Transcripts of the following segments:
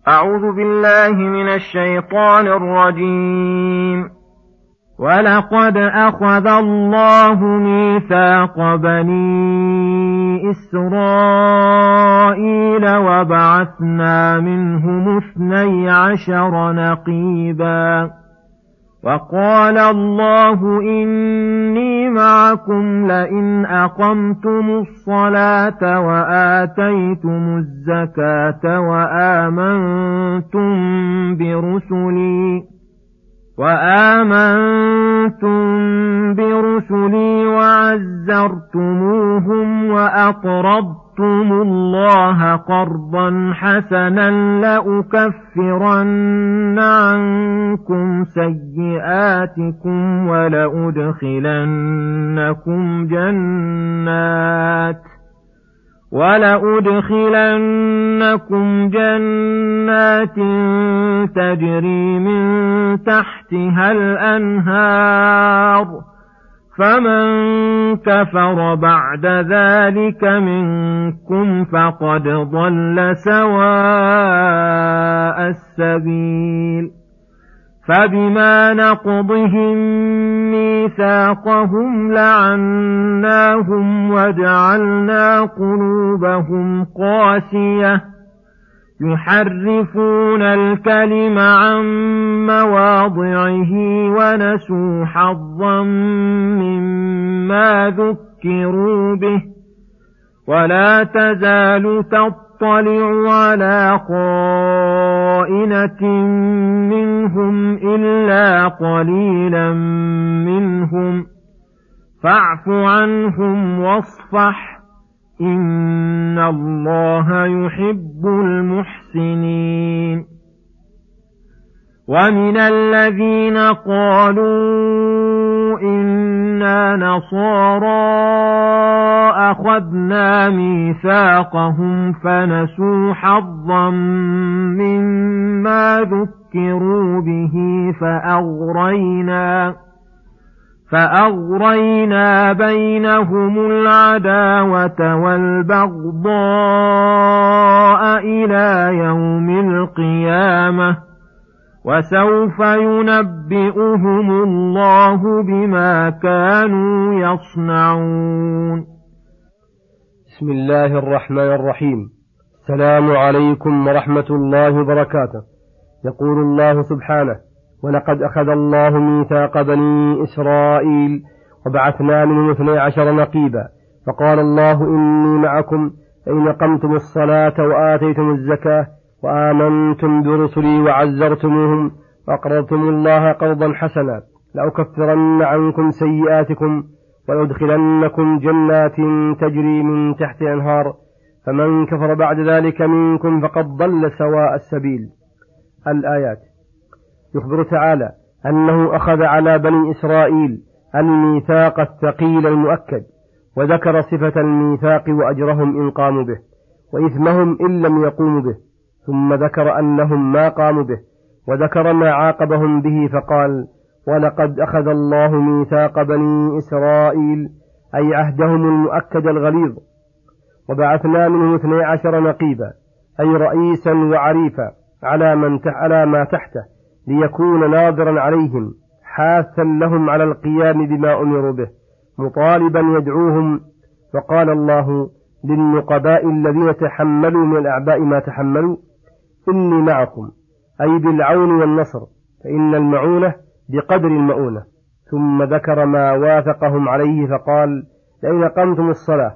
أعوذ بالله من الشيطان الرجيم. ولقد أخذ الله ميثاق بني إسرائيل وبعثنا منهم 12 نقيبا وقال الله إني معكم لئن أقمتم الصلاة وآتيتم الزكاة وآمنتم برسلي وعزرتموهم وأقرضتم الله قرضا حسنا لأكفرن عنكم سيئاتكم ولأدخلنكم جنات تجري من تحتها الأنهار فمن كفر بعد ذلك منكم فقد ضل سواء السبيل. فبما نقضهم ميثاقهم لعناهم وجعلنا قلوبهم قاسية يحرفون الكلم عن مواضعه ونسوا حظا مما ذكروا به ولا تزال تطلع على خائنة منهم إلا قليلا منهم فاعف عنهم واصفح إن الله يحب المحسنين. ومن الذين قالوا إنا نصارى أخذنا ميثاقهم فنسوا حظا مما ذكروا به فأغرينا بينهم العداوة والبغضاء إلى يوم القيامة وسوف ينبئهم الله بما كانوا يصنعون. بسم الله الرحمن الرحيم. السلام عليكم ورحمة الله وبركاته. يقول الله سبحانه: ولقد أخذ الله ميثاق بني إسرائيل وبعثنا منهم 12 نقيبا فقال الله إني معكم إن أقمتم الصلاة وآتيتم الزكاة وآمنتم برسلي وعزرتموهم وأقرضتم الله قرضا حسنا لأكفرن عنكم سيئاتكم ولأدخلنكم جنات تجري من تحت الأنهار فمن كفر بعد ذلك منكم فقد ضل سواء السبيل. الآيات. يخبر تعالى أنه أخذ على بني إسرائيل الميثاق الثقيل المؤكد وذكر صفة الميثاق وأجرهم إن قاموا به وإثمهم إن لم يقوموا به ثم ذكر أنهم ما قاموا به وذكر ما عاقبهم به فقال: ولقد أخذ الله ميثاق بني إسرائيل أي عهدهم المؤكد الغليظ وبعثنا منهم 12 نقيبا أي رئيسا وعريفا على ما تحته ليكون ناظرا عليهم حاثا لهم على القيام بما أمروا به مطالبا يدعوهم. وقال الله للنقباء الذين تحملوا من الأعباء ما تحملوا: إني معكم أي بالعون والنصر فإن المعونة بقدر المؤونة. ثم ذكر ما واثقهم عليه فقال: لئن أقمتم الصلاة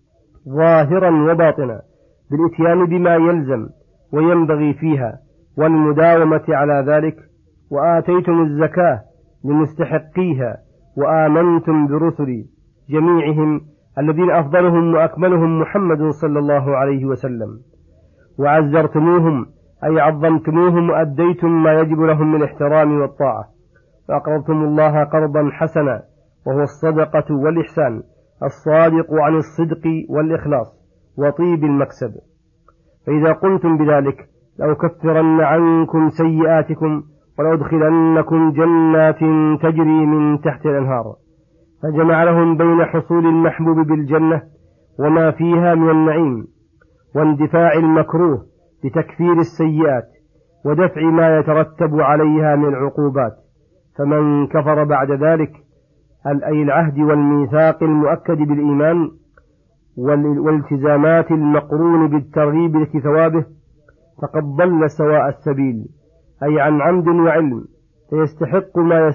ظاهرا وباطنا بالإتيان بما يلزم وينبغي فيها والمداومة على ذلك وآتيتم الزكاة لمستحقيها وآمنتم برسلي جميعهم الذين أفضلهم وأكملهم محمد صلى الله عليه وسلم وعزرتموهم أي عظمتموهم وأديتم ما يجب لهم من الاحترام والطاعة وأقرضتم الله قرضا حسنا وهو الصدقة والإحسان الصادق عن الصدق والإخلاص وطيب المكسب. فإذا قمتم بذلك لأكفرن عنكم سيئاتكم ولأدخلنكم جنات تجري من تحت الأنهار. فجمع لهم بين حصول المحبوب بالجنة وما فيها من النعيم واندفاع المكروه بتكفير السيئات ودفع ما يترتب عليها من العقوبات. فمن كفر بعد ذلك أي العهد والميثاق المؤكد بالإيمان والالتزامات المقرون بالترغيب في ثوابه فقد ضل سواء السبيل، أي عن عمد وعلم، فيستحق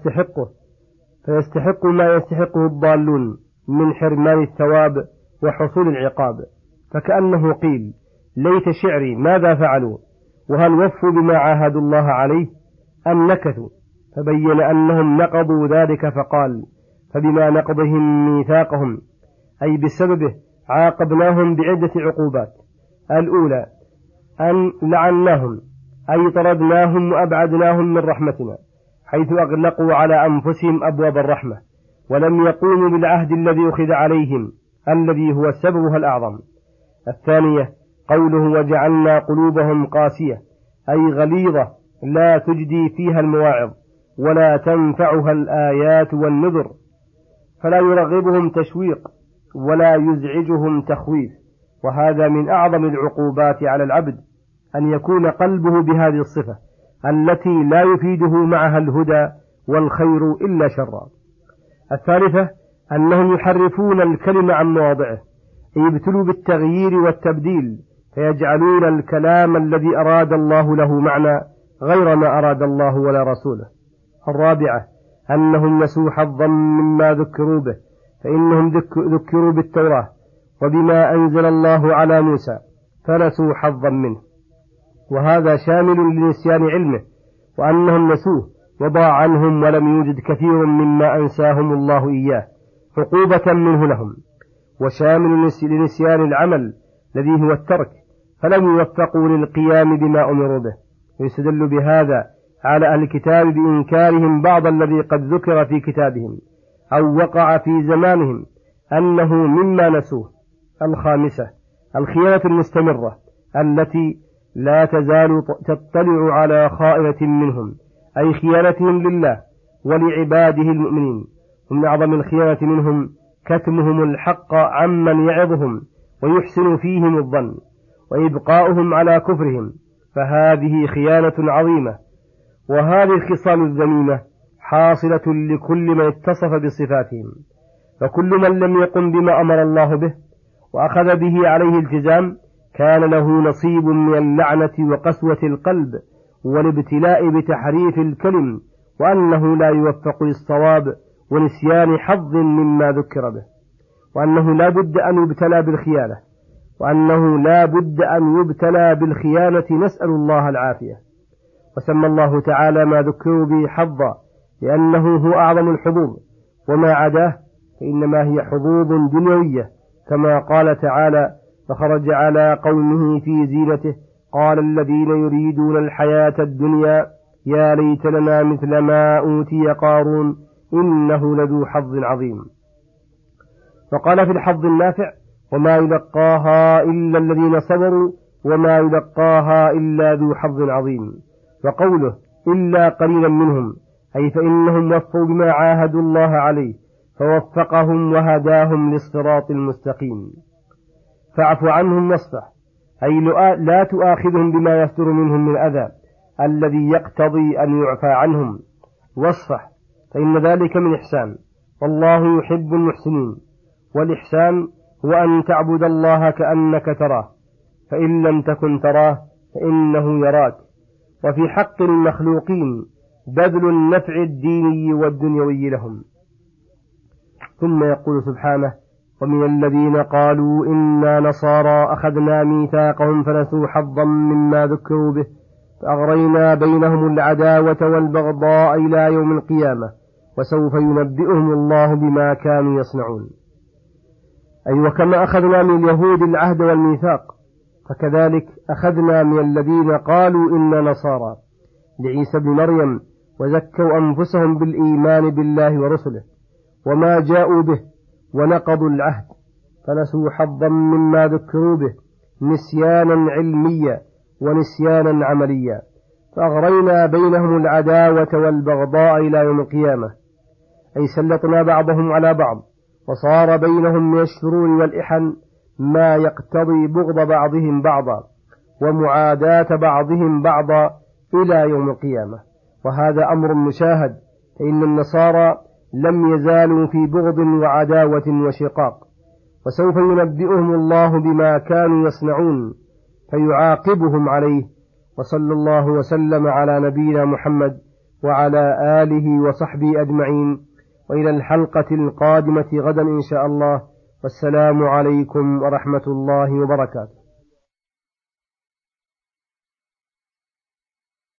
ما يستحقه الضالون من حرمان الثواب وحصول العقاب. فكأنه قيل: ليت شعري ماذا فعلوا، وهل وفوا بما عاهدوا الله عليه أم نكثوا؟ فبين أنهم نقضوا ذلك فقال: فبما نقضهم ميثاقهم، أي بسببه عاقبناهم بعدة عقوبات. الأولى أن لعناهم، أي طردناهم وأبعدناهم من رحمتنا، حيث أغلقوا على أنفسهم أبواب الرحمة ولم يقوموا بالعهد الذي أخذ عليهم الذي هو سببها الأعظم. الثانية قوله: وجعلنا قلوبهم قاسية، أي غليظة لا تجدي فيها المواعظ ولا تنفعها الآيات والنذر، فلا يرغبهم تشويق ولا يزعجهم تخويف. وهذا من أعظم العقوبات على العبد، أن يكون قلبه بهذه الصفة التي لا يفيده معها الهدى والخير إلا شرا. الثالثة أنهم يحرفون الكلمة عن مواضعه، أي يبتلوا بالتغيير والتبديل، فيجعلون الكلام الذي أراد الله له معنى غير ما أراد الله ولا رسوله. الرابعة أنهم نسوا حظا مما ذكروا به، فإنهم ذكروا بالتوراة وبما أنزل الله على موسى فنسوا حظا منه، وهذا شامل لنسيان علمه وأنهم نسوه وضاع عنهم ولم يوجد كثير مما أنساهم الله إياه عقوبة منه لهم، وشامل لنسيان العمل الذي هو الترك، فلم يوفقوا للقيام بما أمروا به. ويستدل بهذا على أهل الكتاب بإنكارهم بعض الذي قد ذكر في كتابهم أو وقع في زمانهم أنه مما نسوه. الخامسة الخيانة المستمرة التي لا تزال تطلع على خائنة منهم، أي خيانتهم لله ولعباده المؤمنين. ومن أعظم الخيانة منهم كتمهم الحق عمن يعظهم ويحسن فيهم الظن وإبقاؤهم على كفرهم، فهذه خيانة عظيمة. وهذه الخصال الذميمة حاصلة لكل من اتصف بصفاتهم، فكل من لم يقم بما أمر الله به وأخذ به عليه التزام كان له نصيب من اللعنة وقسوة القلب والابتلاء بتحريف الكلم، وأنه لا يوفق للصواب ونسيان حظ مما ذكر به، وأنه لا بد أن يبتلى بالخيانة نسأل الله العافية. وسمى الله تعالى ما ذكروا به حظا لأنه هو أعظم الحظوظ، وما عداه فإنما هي حظوظ دنيوية، كما قال تعالى: فخرج على قومه في زينته قال الذين يريدون الحياة الدنيا يا ليت لنا مثل ما أوتي قارون إنه لذو حظ عظيم. وقال في الحظ النافع: وما يلقاها إلا الذين صبروا وما يلقاها إلا ذو حظ عظيم. وقوله إلا قليلا منهم، أي فإنهم وفوا بما عاهدوا الله عليه فوفقهم وهداهم للصراط المستقيم. فاعف عنهم واصفح، أي لا تؤاخذهم بما يصدر منهم من أذى الذي يقتضي أن يعفى عنهم، واصفح فإن ذلك من إحسان، والله يحب المحسنين. والإحسان هو أن تعبد الله كأنك تراه، فإن لم تكن تراه فإنه يراك. وفي حق المخلوقين بذل النفع الديني والدنيوي لهم. ثم يقول سبحانه: ومن الذين قالوا إنا نصارى أخذنا ميثاقهم فنسوا حظا مما ذكروا به فأغرينا بينهم العداوة والبغضاء إلى يوم القيامة وسوف ينبئهم الله بما كانوا يصنعون. أي وكما أخذنا من اليهود العهد والميثاق فكذلك أخذنا من الذين قالوا إنا نصارى لعيسى بن مريم وزكوا أنفسهم بالإيمان بالله ورسله وما جاءوا به ونقضوا العهد فنسوا حظا مما ذكروا به نسيانا علميا ونسيانا عمليا، فأغرينا بينهم العداوة والبغضاء إلى يوم القيامة، أي سلطنا بعضهم على بعض وصار بينهم من الشرور والإحن ما يقتضي بغض بعضهم بعضا ومعاداة بعضهم بعضا، إلى يوم القيامة، وهذا أمر مشاهد، فإن النصارى لم يزالوا في بغض وعداوة وشقاق، وسوف ينبئهم الله بما كانوا يصنعون فيعاقبهم عليه. وصلى الله وسلم على نبينا محمد وعلى آله وصحبه أجمعين، وإلى الحلقة القادمة غدا إن شاء الله، والسلام عليكم ورحمة الله وبركاته.